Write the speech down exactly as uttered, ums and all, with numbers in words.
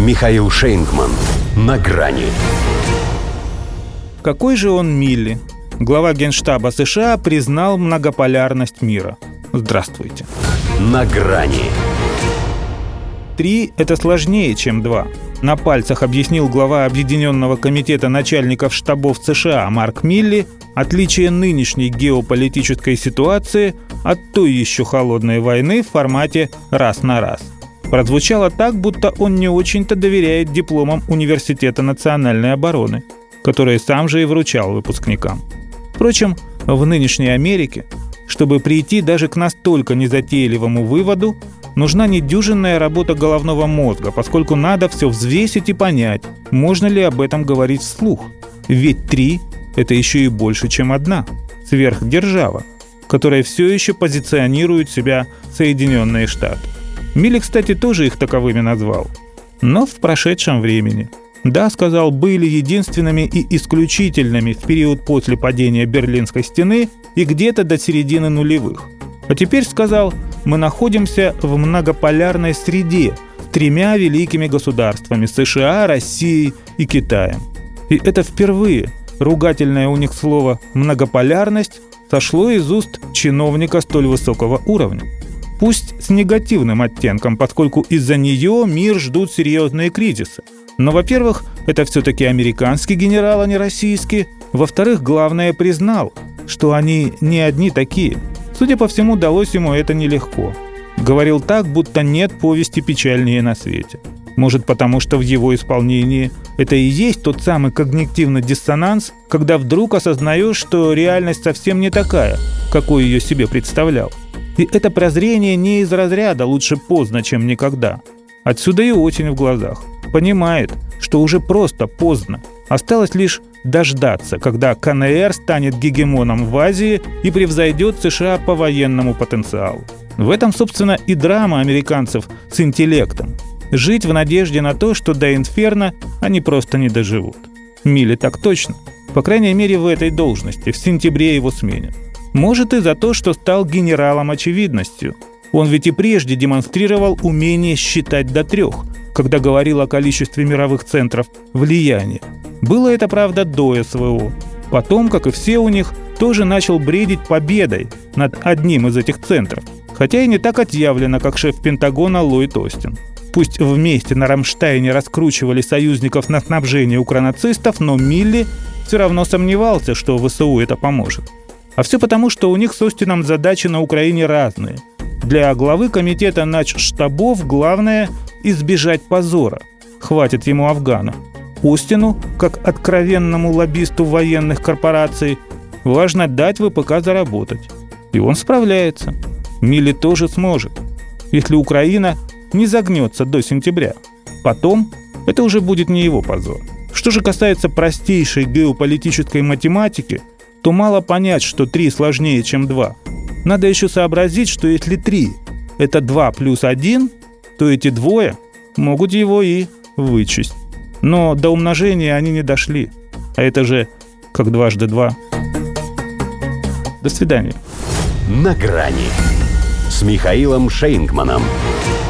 Михаил Шейнгман. На грани. Какой же он Милли? Глава Генштаба США признал многополярность мира. Здравствуйте. На грани. Три – это сложнее, чем два. На пальцах объяснил глава Объединенного комитета начальников штабов США Марк Милли отличие нынешней геополитической ситуации от той еще холодной войны в формате «раз на раз». Прозвучало так, будто он не очень-то доверяет дипломам Университета национальной обороны, которые сам же и вручал выпускникам. Впрочем, в нынешней Америке, чтобы прийти даже к настолько незатейливому выводу, нужна недюжинная работа головного мозга, поскольку надо все взвесить и понять, можно ли об этом говорить вслух. Ведь три – это еще и больше, чем одна. Сверхдержава, которая все еще позиционирует себя Соединенные Штаты. Милли, кстати, тоже их таковыми назвал. Но в прошедшем времени. Да, сказал, были единственными и исключительными в период после падения Берлинской стены и где-то до середины нулевых. А теперь, сказал, мы находимся в многополярной среде с тремя великими государствами – США, Россией и Китаем. И это впервые ругательное у них слово «многополярность» сошло из уст чиновника столь высокого уровня. Пусть с негативным оттенком, поскольку из-за нее мир ждут серьезные кризисы. Но, во-первых, это все-таки американский генерал, а не российский. Во-вторых, главное, признал, что они не одни такие. Судя по всему, далось ему это нелегко. Говорил так, будто нет повести печальнее на свете. Может, потому что в его исполнении это и есть тот самый когнитивный диссонанс, когда вдруг осознаешь, что реальность совсем не такая, какой ее себе представлял. И это прозрение не из разряда «лучше поздно, чем никогда». Отсюда и осень в глазах. Понимает, что уже просто поздно. Осталось лишь дождаться, когда КНР станет гегемоном в Азии и превзойдет США по военному потенциалу. В этом, собственно, и драма американцев с интеллектом. Жить в надежде на то, что до инферно они просто не доживут. Милли так точно. По крайней мере, в этой должности. В сентябре его сменят. Может, и за то, что стал генералом очевидностью. Он ведь и прежде демонстрировал умение считать до трех, когда говорил о количестве мировых центров влияния. Было это, правда, до СВО. Потом, как и все у них, тоже начал бредить победой над одним из этих центров. Хотя и не так отъявленно, как шеф Пентагона Ллойд Остин. Пусть вместе на Рамштайне раскручивали союзников на снабжение укронацистов, но Милли все равно сомневался, что ВСУ это поможет. А все потому, что у них с Остином задачи на Украине разные. Для главы комитета начштабов главное – избежать позора. Хватит ему Афгана. Остину, как откровенному лоббисту военных корпораций, важно дать ВПК заработать. И он справляется. Милли тоже сможет, если Украина не загнется до сентября. Потом это уже будет не его позор. Что же касается простейшей геополитической математики, то мало понять, что три сложнее, чем два. Надо еще сообразить, что если три – это два плюс один, то эти двое могут его и вычесть. Но до умножения они не дошли. А это же как дважды два. До свидания. На грани с Михаилом Шейнгманом.